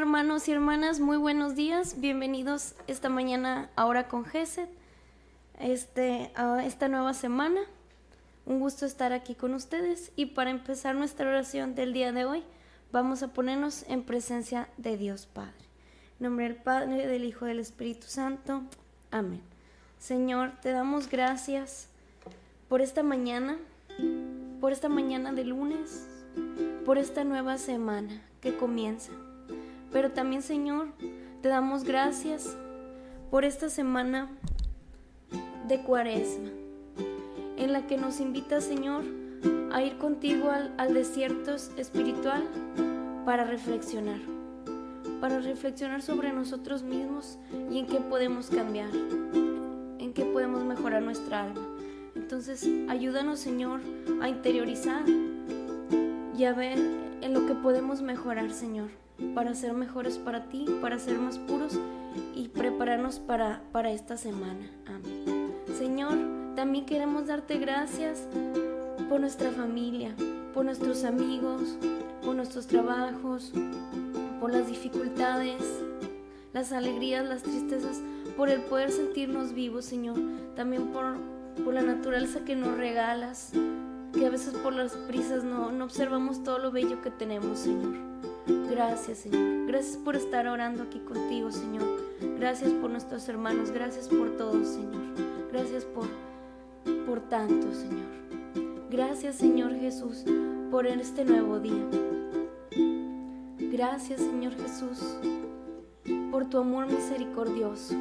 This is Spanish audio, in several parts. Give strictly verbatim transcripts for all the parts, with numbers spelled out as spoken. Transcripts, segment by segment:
hermanos y hermanas, muy buenos días, bienvenidos esta mañana ahora con Gesed, este, a esta nueva semana. Un gusto estar aquí con ustedes y para empezar nuestra oración del día de hoy vamos a ponernos en presencia de Dios Padre. En nombre del Padre, del Hijo y del Espíritu Santo. Amén. Señor, te damos gracias por esta mañana, por esta mañana de lunes, por esta nueva semana que comienza. Pero también, Señor, te damos gracias por esta semana de Cuaresma, en la que nos invita, Señor, a ir contigo al, al desierto espiritual para reflexionar, para reflexionar sobre nosotros mismos y en qué podemos cambiar, en qué podemos mejorar nuestra alma. Entonces, ayúdanos, Señor, a interiorizar y a ver en lo que podemos mejorar, Señor, para ser mejores para ti, para ser más puros y prepararnos para, para esta semana. Amén. Señor, también queremos darte gracias por nuestra familia, por nuestros amigos, por nuestros trabajos, por las dificultades, las alegrías, las tristezas, por el poder sentirnos vivos, Señor. También por, por la naturaleza que nos regalas, que a veces por las prisas no, no observamos todo lo bello que tenemos, Señor. Gracias, Señor. Gracias por estar orando aquí contigo, Señor. Gracias por nuestros hermanos. Gracias por todo, Señor. Gracias por, por tanto, Señor. Gracias, Señor Jesús, por este nuevo día. Gracias, Señor Jesús, por tu amor misericordioso.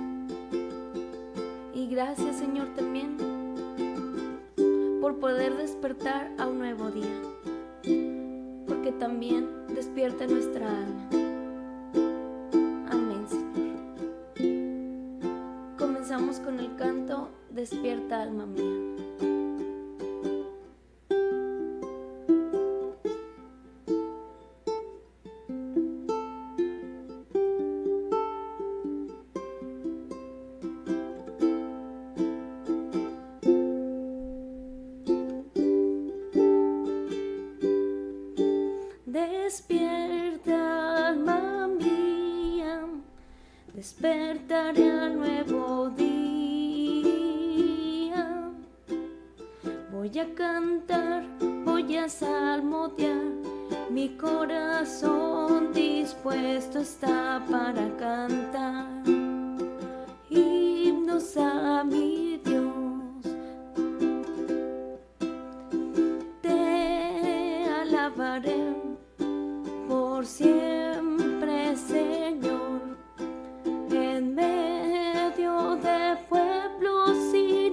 Y gracias, Señor, también por poder despertar a un nuevo día, porque también despierta nuestra alma. Amén, Señor. Comenzamos con el canto Despierta, alma mía. Despierta, alma mía, despertaré al nuevo día. Voy a cantar, voy a salmodiar, mi corazón dispuesto está para cantar himnos a mi Dios. Te alabaré por siempre, Señor, en medio de pueblos y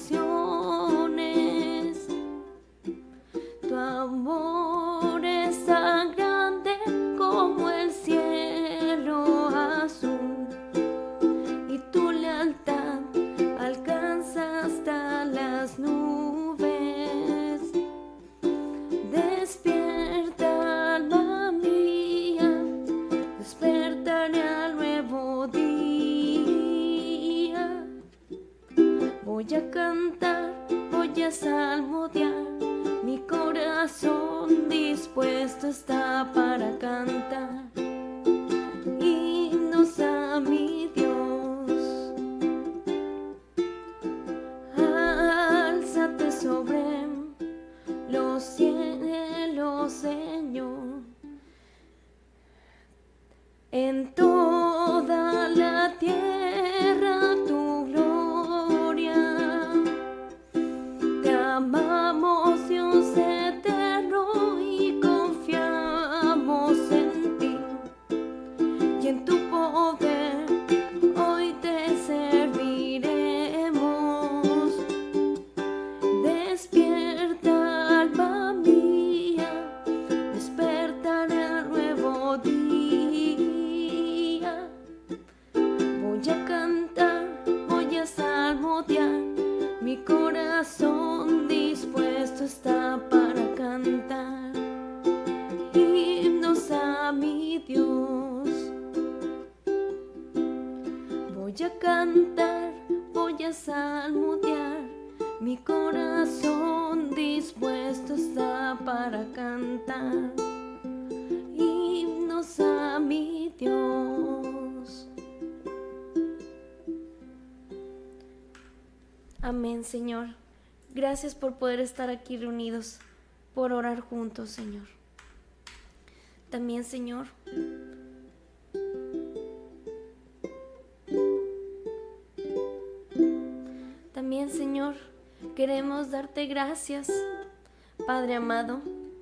naciones. Tu amor es tan grande como el cielo azul, y tu lealtad alcanza hasta las nubes. Despierta, alma mía, despertaré al nuevo día. Voy a cantar, voy a salmodiar, mi corazón dispuesto está para cantar himnos a mi Dios. Álzate sobre los cielos, Señor, en toda la tierra tu gloria. Te amamos, Dios eterno, y confiamos en ti y en tu poder. Hoy te serviremos. Despierta, alma mía, despertaré al nuevo día. Voy a cantar, voy a salmodiar, mi corazón dispuesto está para cantar himnos a mi Dios. Voy a cantar, voy a salmodiar, mi corazón dispuesto está para cantar himnos a mi Dios. Amén, Señor. Gracias por poder estar aquí reunidos, por orar juntos, Señor. También, Señor, también, Señor, queremos darte gracias, Padre amado.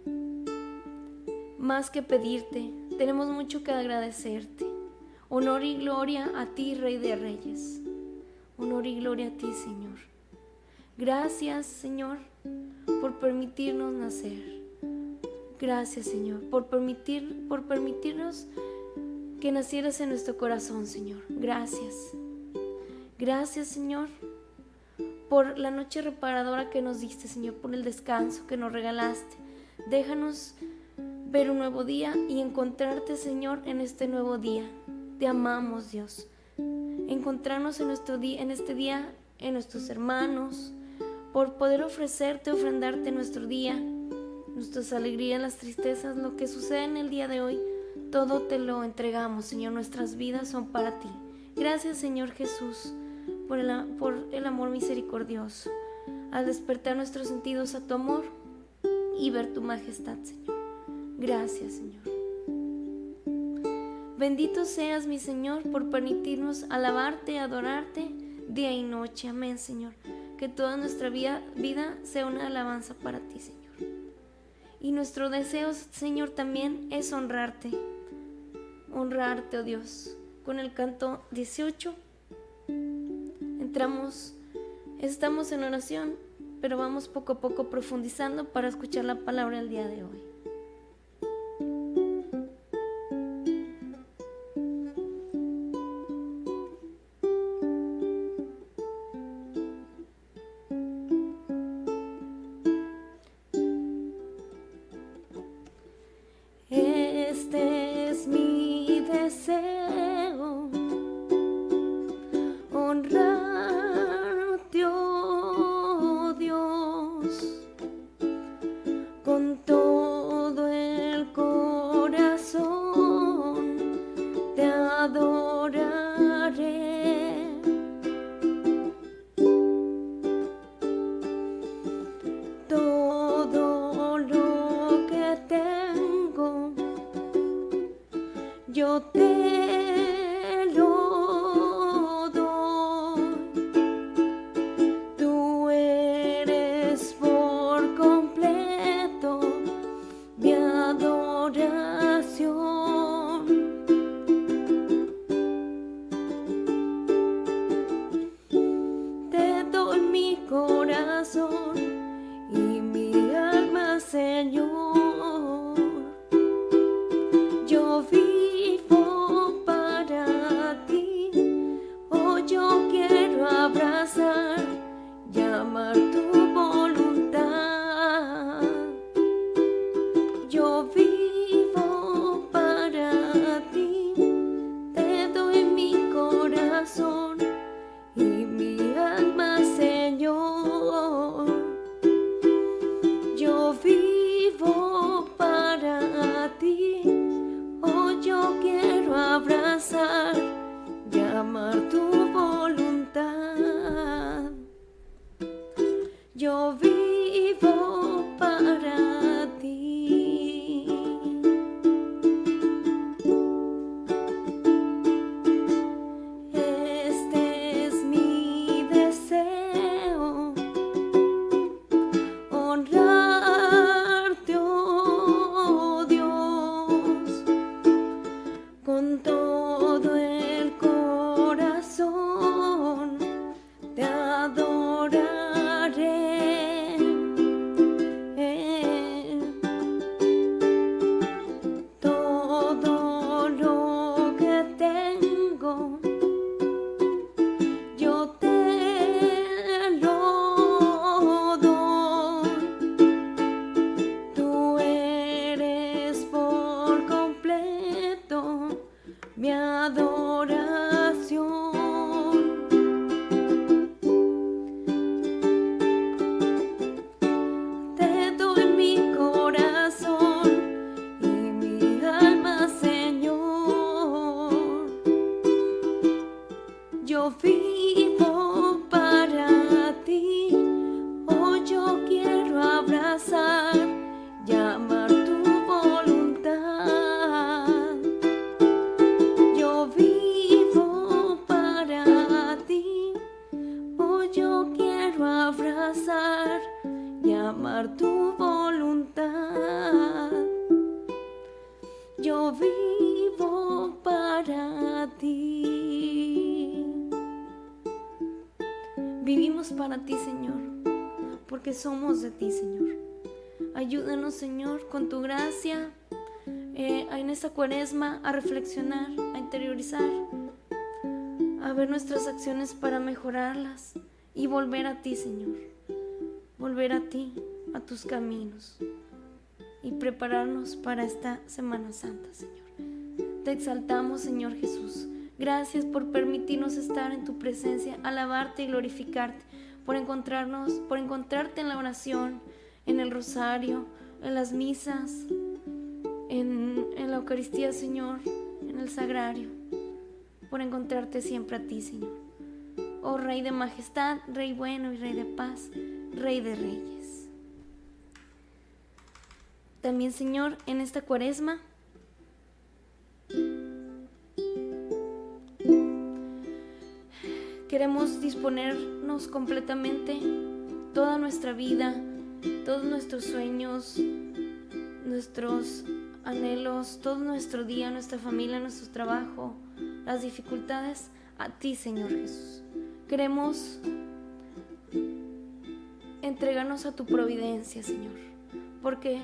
Más que pedirte, tenemos mucho que agradecerte. Honor y gloria a ti, Rey de Reyes. Honor y gloria a ti, Señor. Gracias, Señor, por permitirnos nacer. Gracias, Señor, por permitir, por permitirnos que nacieras en nuestro corazón, Señor. Gracias. Gracias, Señor, por la noche reparadora que nos diste, Señor, por el descanso que nos regalaste. Déjanos ver un nuevo día y encontrarte, Señor, en este nuevo día. Te amamos, Dios. Encontrarnos en, nuestro día, en este día, en nuestros hermanos, por poder ofrecerte, ofrendarte nuestro día, nuestras alegrías, las tristezas, lo que sucede en el día de hoy, todo te lo entregamos, Señor. Nuestras vidas son para ti. Gracias, Señor Jesús, por el, por el amor misericordioso, al despertar nuestros sentidos a tu amor y ver tu majestad, Señor. Gracias, Señor. Bendito seas, mi Señor, por permitirnos alabarte, adorarte día y noche. Amén, Señor. Que toda nuestra vida, vida sea una alabanza para ti, Señor. Y nuestro deseo, Señor, también es honrarte. Honrarte, oh Dios. Con el canto dieciocho entramos, estamos en oración, pero vamos poco a poco profundizando para escuchar la palabra el día de hoy. Este es mi deseo, honrarte, oh Dios, con todo el corazón te adoraré. Todo lo que tengo yo te lo doy. Tú eres por completo mi adoración. Te doy mi corazón y mi alma, Señor. Yo vivo para ti, oh, yo quiero abrazar y amar tu voluntad. Yo vivo para ti, te doy mi corazón y mi alma, Señor. Yo vivo abrazar y amar tu voluntad. Yo vivo para ti, hoy yo quiero abrazar y amar tu voluntad. Yo vivo para ti. Vivimos para ti, Señor, porque somos de ti, Señor. Ayúdanos, Señor, con tu gracia eh, en esta cuaresma a reflexionar, a interiorizar, a ver nuestras acciones para mejorarlas y volver a ti, Señor. Volver a ti, a tus caminos y prepararnos para esta Semana Santa, Señor. Te exaltamos, Señor Jesús. Gracias por permitirnos estar en tu presencia, alabarte y glorificarte, por encontrarnos, por encontrarte en la oración, en el rosario, en las misas, en, en la Eucaristía, Señor, en el sagrario, por encontrarte siempre a ti, Señor. Oh Rey de majestad, Rey bueno y Rey de paz, Rey de reyes. También, Señor, en esta cuaresma, queremos disponernos completamente toda nuestra vida, todos nuestros sueños, nuestros anhelos, todo nuestro día, nuestra familia, nuestro trabajo, las dificultades, a ti, Señor Jesús. Queremos entregarnos a tu providencia, Señor, porque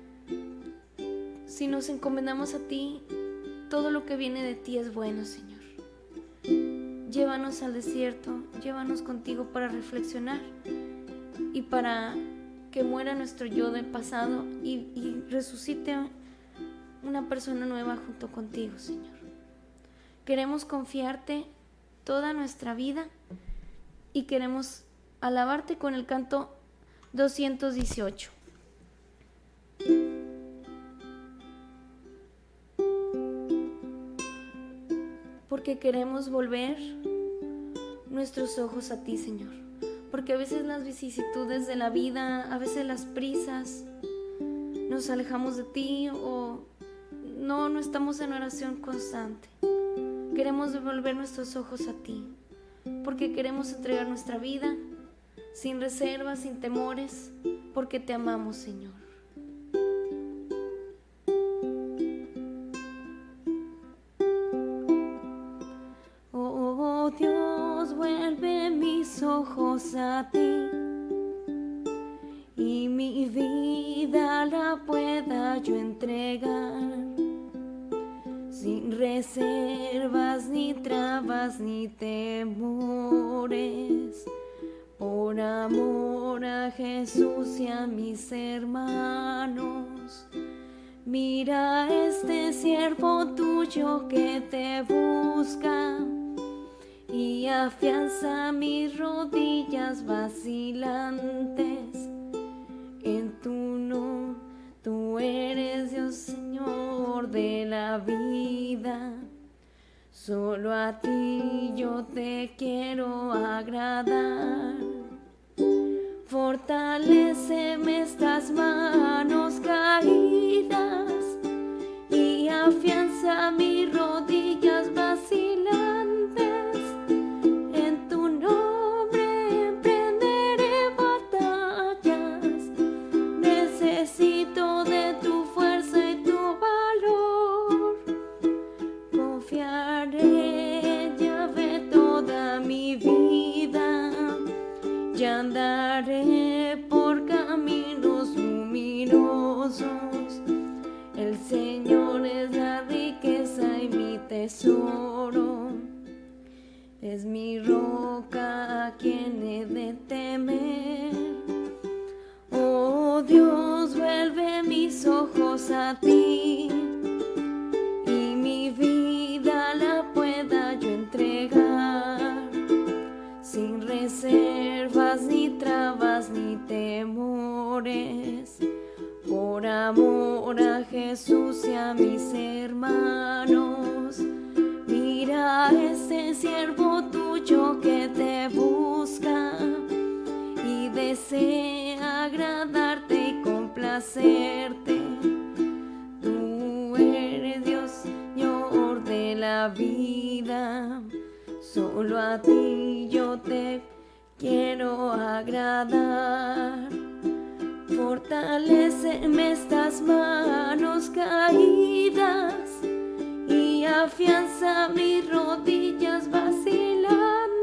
si nos encomendamos a ti, todo lo que viene de ti es bueno, Señor. Llévanos al desierto, llévanos contigo para reflexionar y para que muera nuestro yo del pasado y, y resucite una persona nueva junto contigo, Señor. Queremos confiarte toda nuestra vida y queremos alabarte con el canto doscientos dieciocho. Porque queremos volver nuestros ojos a ti, Señor. Porque a veces las vicisitudes de la vida, a veces las prisas, nos alejamos de ti o no, no estamos en oración constante. Queremos devolver nuestros ojos a ti, porque queremos entregar nuestra vida sin reservas, sin temores, porque te amamos, Señor. Oh Dios, vuelve mis ojos a ti y mi vida la pueda yo entregar sin reservas, ni trabas, ni temores, por amor a Jesús y a mis hermanos. Mira este siervo tuyo que te busca y afianza mis rodillas vacilantes en tu nombre. Tú eres Dios, Señor de la vida, solo a ti yo te quiero agradar. Fortaléceme estas manos caídas y afianza mis rodillas vacilantes. En tu nombre emprenderé batallas, necesito de tu fuerza y tu valor. Confiaré, Yahvé, toda mi vida y andaré por caminos luminosos. El Señor es la riqueza y mi tesoro, es mi roca a quien he de temer. Oh Dios, vuelve mis ojos a ti y mi vida la pueda yo entregar sin reservas, ni trabas, ni temores, por amor a Jesús y a mis hermanos. Mira este siervo tuyo que te busca y desea agradarte y complacerte. Tú eres Dios, Señor de la vida. Solo a ti yo te quiero agradar. Fortaléceme estas manos caídas y afianza mis rodillas vacilantes.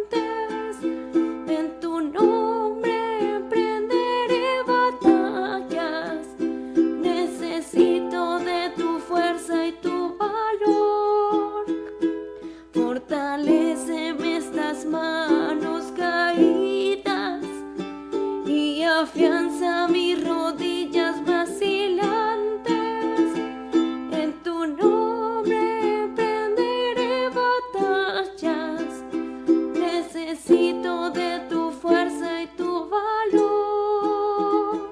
En tu nombre emprenderé batallas. Necesito de tu fuerza y tu valor. Fortaléceme estas manos caídas y afianza mis rodillas vacilantes. En tu nombre emprenderé batallas. Necesito de tu fuerza y tu valor.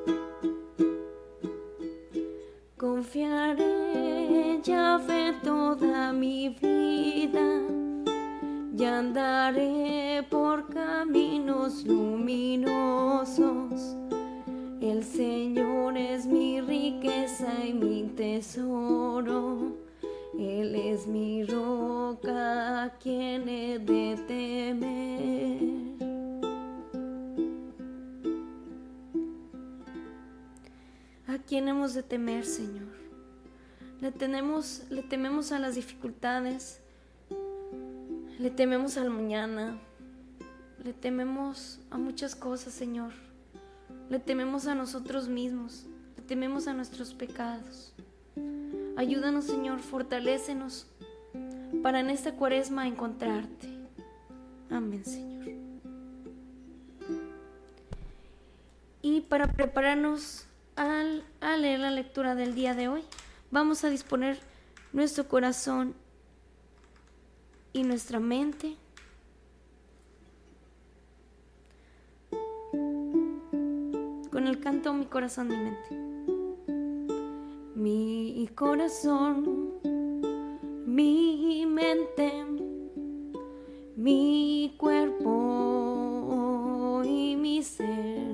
Confiaré en Yahvé toda mi vida y andaré por caminos luminosos. El Señor es mi riqueza y mi tesoro. Él es mi roca, a quien he de temer. ¿A quién hemos de temer, Señor? Le, tenemos, le tememos a las dificultades, le tememos al mañana, le tememos a muchas cosas, Señor. Le tememos a nosotros mismos, le tememos a nuestros pecados. Ayúdanos, Señor, fortalécenos para en esta cuaresma encontrarte. Amén, Señor. Y para prepararnos al, a leer la lectura del día de hoy, vamos a disponer nuestro corazón y nuestra mente con el canto Mi corazón, mi mente. Mi corazón, mi mente, mi cuerpo y mi ser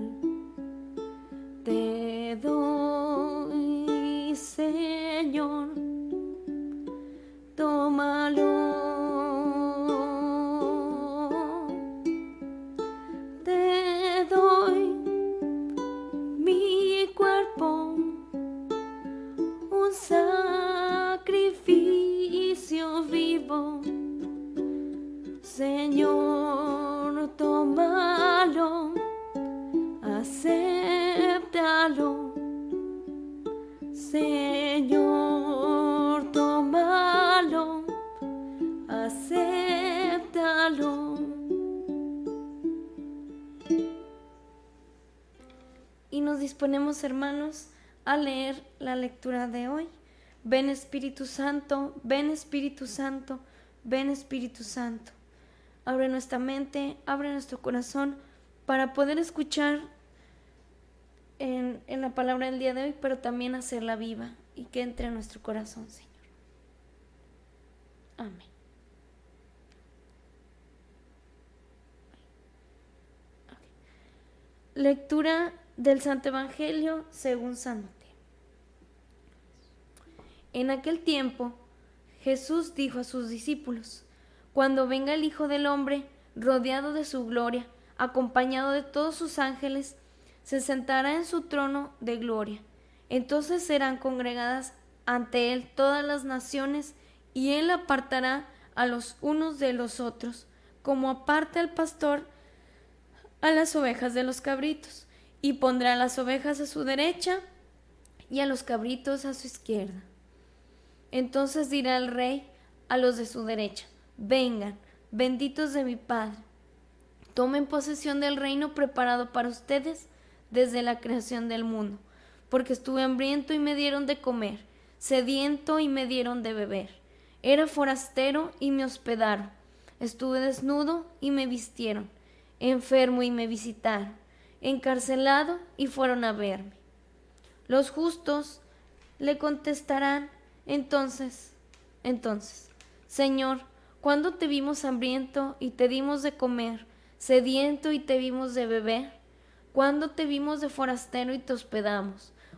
te doy, Señor, tómalo. Te doy mi cuerpo, un sacrificio vivo. Señor, tómalo, acéptalo. Señor, tómalo, acéptalo. Y nos disponemos, hermanos, a leer la lectura de hoy. Ven Espíritu Santo, ven Espíritu Santo, ven Espíritu Santo. Abre nuestra mente, abre nuestro corazón para poder escuchar en, en la palabra del día de hoy, pero también hacerla viva y que entre en nuestro corazón, Señor. Amén. Okay. Lectura del Santo Evangelio según San Mateo. En aquel tiempo, Jesús dijo a sus discípulos: cuando venga el Hijo del Hombre, rodeado de su gloria, acompañado de todos sus ángeles, se sentará en su trono de gloria. Entonces serán congregadas ante él todas las naciones, y él apartará a los unos de los otros, como aparta el pastor a las ovejas de los cabritos, y pondrá a las ovejas a su derecha y a los cabritos a su izquierda. Entonces dirá el rey a los de su derecha: vengan, benditos de mi Padre, tomen posesión del reino preparado para ustedes desde la creación del mundo, porque estuve hambriento y me dieron de comer, sediento y me dieron de beber, era forastero y me hospedaron, estuve desnudo y me vistieron, enfermo y me visitaron, encarcelado y fueron a verme. Los justos le contestarán entonces, entonces, Señor, ¿cuándo te vimos hambriento y te dimos de comer, sediento y te vimos de beber? ¿Cuándo te vimos de forastero y te hospedamos,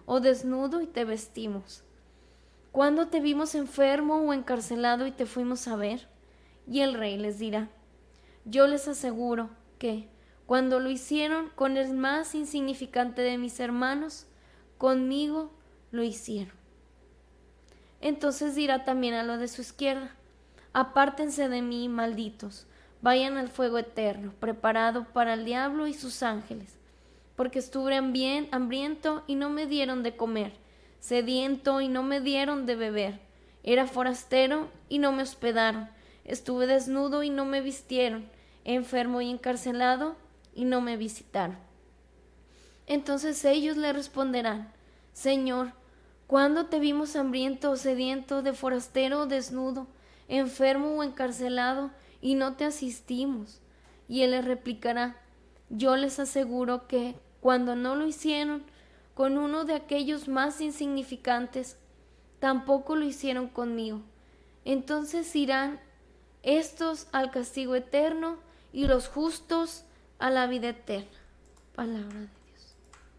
o desnudo y te vestimos? ¿Cuándo te vimos enfermo o encarcelado y te fuimos a ver? Y el rey les dirá: yo les aseguro que, cuando lo hicieron con el más insignificante de mis hermanos, conmigo lo hicieron. Entonces dirá también a los de su izquierda: apártense de mí, malditos, vayan al fuego eterno, preparado para el diablo y sus ángeles, porque estuve hambriento y no me dieron de comer, sediento y no me dieron de beber, era forastero y no me hospedaron, estuve desnudo y no me vistieron, enfermo y encarcelado y no me visitaron. Entonces ellos le responderán: Señor, ¿cuándo te vimos hambriento o sediento, de forastero o desnudo, enfermo o encarcelado, y no te asistimos? Y él les replicará: yo les aseguro que, cuando no lo hicieron con uno de aquellos más insignificantes, tampoco lo hicieron conmigo. Entonces irán estos al castigo eterno y los justos a la vida eterna. Palabra de Dios.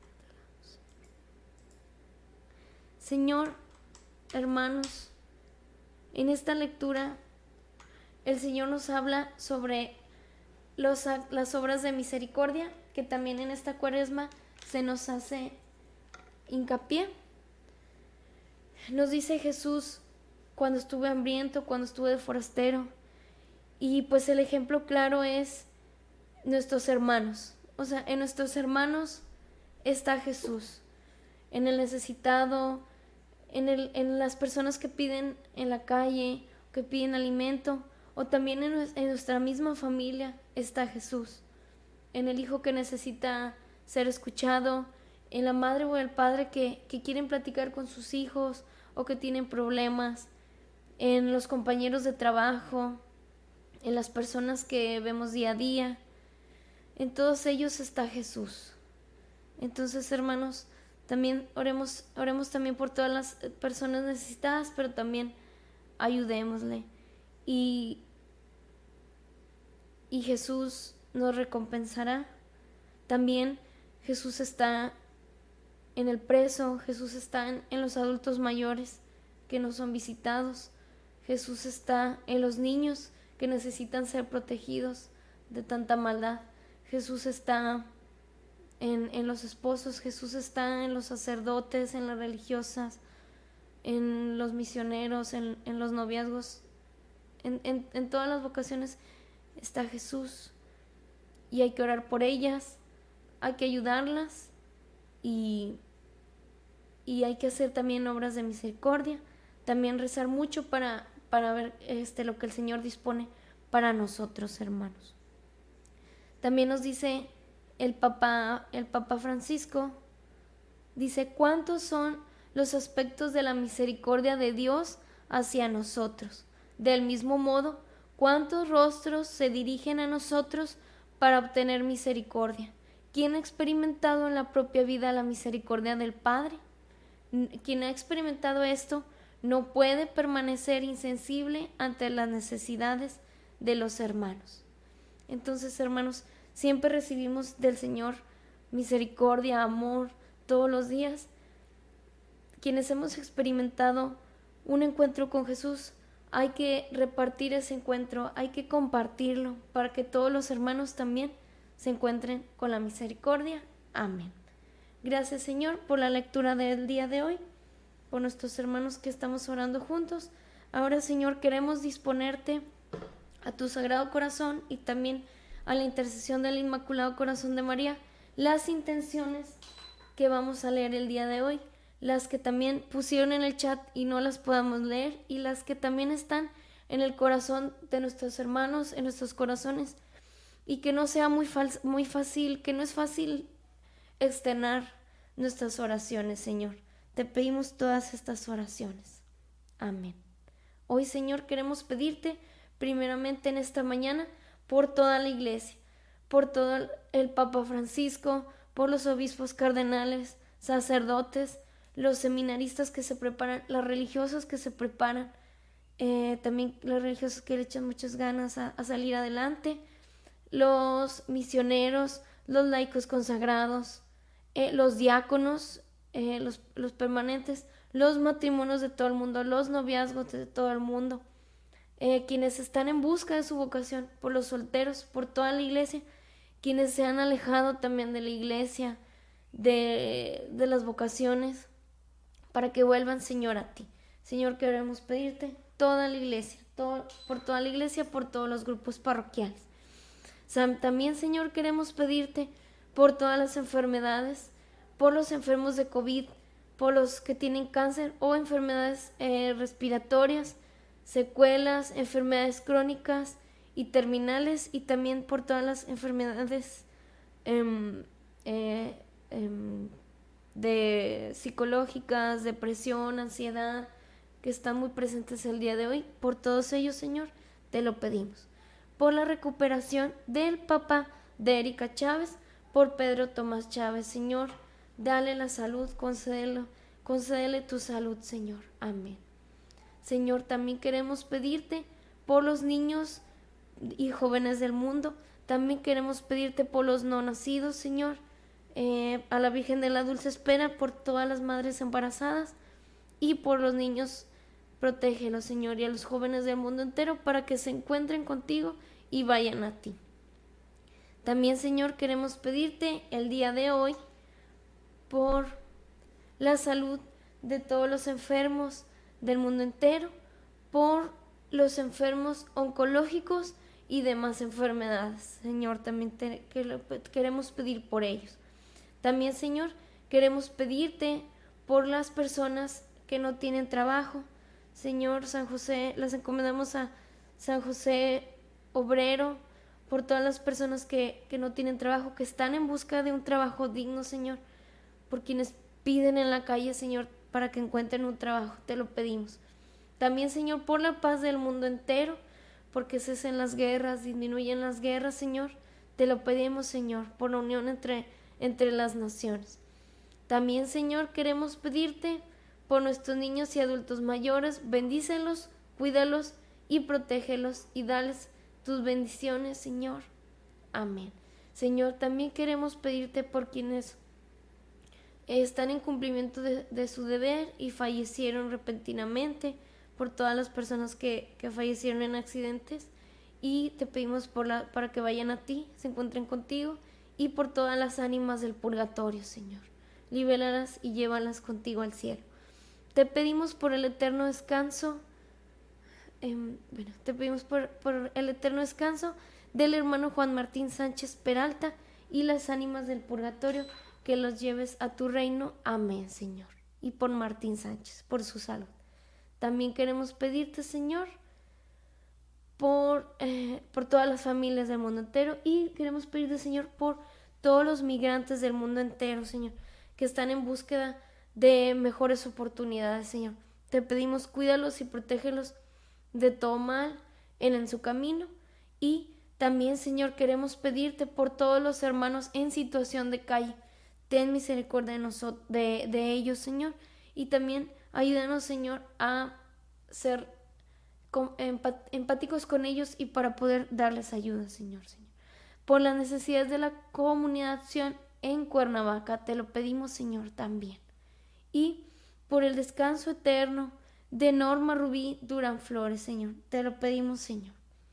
Señor, hermanos, en esta lectura el Señor nos habla sobre los, las obras de misericordia, que también en esta Cuaresma se nos hace hincapié. Nos dice Jesús: cuando estuve hambriento, cuando estuve de forastero. Y pues el ejemplo claro es nuestros hermanos. O sea, en nuestros hermanos está Jesús. En el necesitado, en, el, en las personas que piden en la calle, que piden alimento, o también en, en nuestra misma familia está Jesús. En el hijo que necesita ser escuchado, en la madre o el padre que, que quieren platicar con sus hijos o que tienen problemas, en los compañeros de trabajo, en las personas que vemos día a día. En todos ellos está Jesús. Entonces, hermanos, también oremos, oremos también por todas las personas necesitadas, pero también ayudémosle. Y, y Jesús nos recompensará. También Jesús está en el preso, Jesús está en, en los adultos mayores que no son visitados, Jesús está en los niños que necesitan ser protegidos de tanta maldad, Jesús está en, en los esposos, Jesús está en los sacerdotes, en las religiosas, en los misioneros, en, en los noviazgos, en, en, en todas las vocaciones está Jesús, y hay que orar por ellas, hay que ayudarlas, y, y hay que hacer también obras de misericordia, también rezar mucho para, para ver este, lo que el Señor dispone para nosotros, hermanos. También nos dice el Papa, el Papa Francisco, dice: ¿cuántos son los aspectos de la misericordia de Dios hacia nosotros? Del mismo modo, ¿cuántos rostros se dirigen a nosotros para obtener misericordia? ¿Quién ha experimentado en la propia vida la misericordia del Padre? Quien ha experimentado esto no puede permanecer insensible ante las necesidades de los hermanos. Entonces, hermanos, siempre recibimos del Señor misericordia, amor, todos los días. Quienes hemos experimentado un encuentro con Jesús, hay que repartir ese encuentro, hay que compartirlo para que todos los hermanos también se encuentren con la misericordia. Amén. Gracias, Señor, por la lectura del día de hoy, por nuestros hermanos que estamos orando juntos. Ahora, Señor, queremos disponerte a tu Sagrado Corazón y también a la intercesión del Inmaculado Corazón de María, las intenciones que vamos a leer el día de hoy, las que también pusieron en el chat y no las podamos leer, y las que también están en el corazón de nuestros hermanos, en nuestros corazones, y que no sea muy, fal- muy fácil, que no es fácil externar nuestras oraciones, Señor. Te pedimos todas estas oraciones. Amén. Hoy, Señor, queremos pedirte primeramente en esta mañana por toda la Iglesia, por todo el Papa Francisco, por los obispos cardenales, sacerdotes, los seminaristas que se preparan, las religiosas que se preparan, eh, también las religiosas que le echan muchas ganas a, a salir adelante, los misioneros, los laicos consagrados, eh, los diáconos eh, los, los permanentes, los matrimonios de todo el mundo, los noviazgos de todo el mundo, eh, quienes están en busca de su vocación, por los solteros, por toda la iglesia, quienes se han alejado también de la iglesia, de, de las vocaciones, para que vuelvan, Señor, a ti. Señor, queremos pedirte toda la iglesia, todo, por toda la iglesia, por todos los grupos parroquiales. También, Señor, queremos pedirte por todas las enfermedades, por los enfermos de COVID, por los que tienen cáncer o enfermedades eh, respiratorias, secuelas, enfermedades crónicas y terminales, y también por todas las enfermedades eh, eh, eh, de psicológicas, depresión, ansiedad, que están muy presentes el día de hoy. Por todos ellos, Señor, te lo pedimos. Por la recuperación del papá de Erika Chávez, por Pedro Tomás Chávez, Señor, dale la salud, concédelo, concédele tu salud, Señor. Amén. Señor, también queremos pedirte por los niños y jóvenes del mundo, también queremos pedirte por los no nacidos, Señor, eh, a la Virgen de la Dulce Espera, por todas las madres embarazadas y por los niños. Protégelos, Señor, y a los jóvenes del mundo entero para que se encuentren contigo y vayan a ti. También, Señor, queremos pedirte el día de hoy por la salud de todos los enfermos del mundo entero, por los enfermos oncológicos y demás enfermedades. Señor, también te, que, queremos pedir por ellos. También, Señor, queremos pedirte por las personas que no tienen trabajo. Señor, San José, las encomendamos a San José Obrero, por todas las personas que, que no tienen trabajo, que están en busca de un trabajo digno, Señor, por quienes piden en la calle, Señor, para que encuentren un trabajo, te lo pedimos. También, Señor, por la paz del mundo entero, porque cesen las guerras, disminuyen las guerras, Señor, te lo pedimos, Señor, por la unión entre, entre las naciones. También, Señor, queremos pedirte por nuestros niños y adultos mayores, bendícelos, cuídalos y protégelos y dales tus bendiciones, Señor. Amén. Señor, también queremos pedirte por quienes están en cumplimiento de, de su deber y fallecieron repentinamente, por todas las personas que, que fallecieron en accidentes, y te pedimos por la, para que vayan a ti, se encuentren contigo, y por todas las ánimas del purgatorio, Señor. Libéralas y llévalas contigo al cielo. Te pedimos por el eterno descanso, eh, bueno, te pedimos por, por el eterno descanso del hermano Juan Martín Sánchez Peralta y las ánimas del purgatorio, que los lleves a tu reino. Amén, Señor. Y por Martín Sánchez, por su salud. También queremos pedirte, Señor, por, eh, por todas las familias del mundo entero, y queremos pedirte, Señor, por todos los migrantes del mundo entero, Señor, que están en búsqueda de mejores oportunidades, Señor. Te pedimos, cuídalos y protégelos de todo mal en, en su camino. Y también, Señor, queremos pedirte por todos los hermanos en situación de calle. Ten misericordia de, nosotros, de, de ellos, Señor. Y también ayúdanos, Señor, a ser empáticos con ellos y para poder darles ayuda, Señor, Señor. Por las necesidades de la comunidad en Cuernavaca, te lo pedimos, Señor, también. Y por el descanso eterno de Norma Rubí Durán Flores, Señor, te lo pedimos, Señor.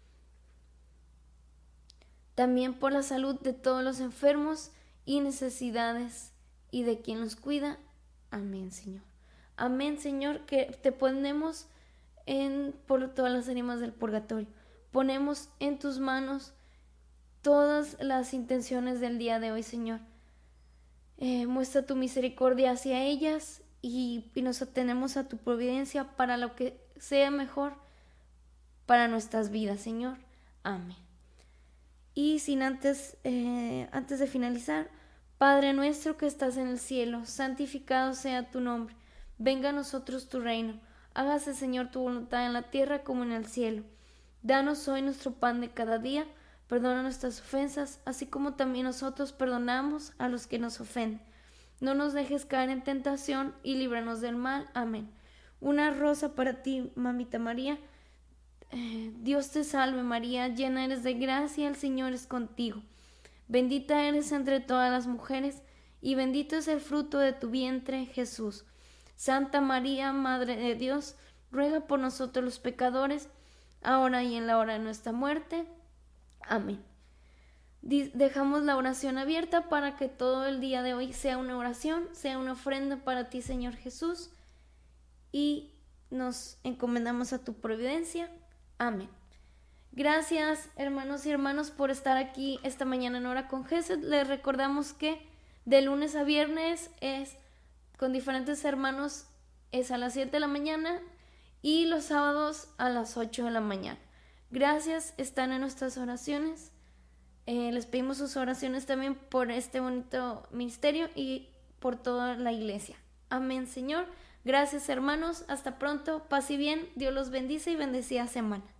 También por la salud de todos los enfermos y necesidades y de quien los cuida. Amén, Señor. Amén, Señor, que te ponemos en, por todas las ánimas del purgatorio. Ponemos en tus manos todas las intenciones del día de hoy, Señor. Eh, muestra tu misericordia hacia ellas y, y nos atenemos a tu providencia para lo que sea mejor para nuestras vidas, Señor. Amén. Y sin antes, eh, antes de finalizar, Padre nuestro que estás en el cielo, santificado sea tu nombre. Venga a nosotros tu reino. Hágase, Señor, tu voluntad en la tierra como en el cielo. Danos hoy nuestro pan de cada día. Perdona nuestras ofensas, así como también nosotros perdonamos a los que nos ofenden. No nos dejes caer en tentación y líbranos del mal. Amén. Una rosa para ti, Mamita María. Eh, Dios te salve, María, llena eres de gracia, el Señor es contigo. Bendita eres entre todas las mujeres, y bendito es el fruto de tu vientre, Jesús. Santa María, Madre de Dios, ruega por nosotros los pecadores, ahora y en la hora de nuestra muerte. Amén. Dejamos la oración abierta para que todo el día de hoy sea una oración, sea una ofrenda para ti, Señor Jesús, y nos encomendamos a tu providencia. Amén. Gracias, hermanos y hermanas, por estar aquí esta mañana en Hora con Gesed. Les recordamos que de lunes a viernes es con diferentes hermanos, es a las siete de la mañana y los sábados a las ocho de la mañana. Gracias, están en nuestras oraciones. Eh, les pedimos sus oraciones también por este bonito ministerio y por toda la iglesia. Amén, Señor. Gracias, hermanos. Hasta pronto. Paz y bien. Dios los bendice y bendecida semana.